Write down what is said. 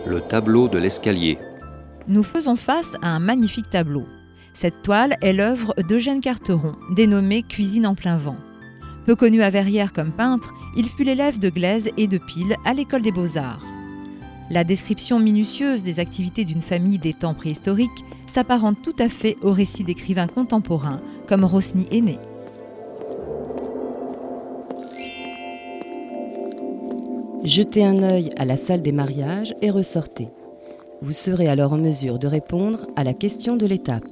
Le tableau de l'escalier. Nous faisons face à un magnifique tableau. Cette toile est l'œuvre d'Eugène Carteron, dénommé Cuisine en plein vent. Peu connu à Verrières comme peintre, il fut l'élève de Glaise et de Pile à l'école des Beaux-Arts. La description minutieuse des activités d'une famille des temps préhistoriques s'apparente tout à fait au récit d'écrivains contemporains comme Rosny-Aîné. Jetez un œil à la salle des mariages et ressortez. Vous serez alors en mesure de répondre à la question de l'étape.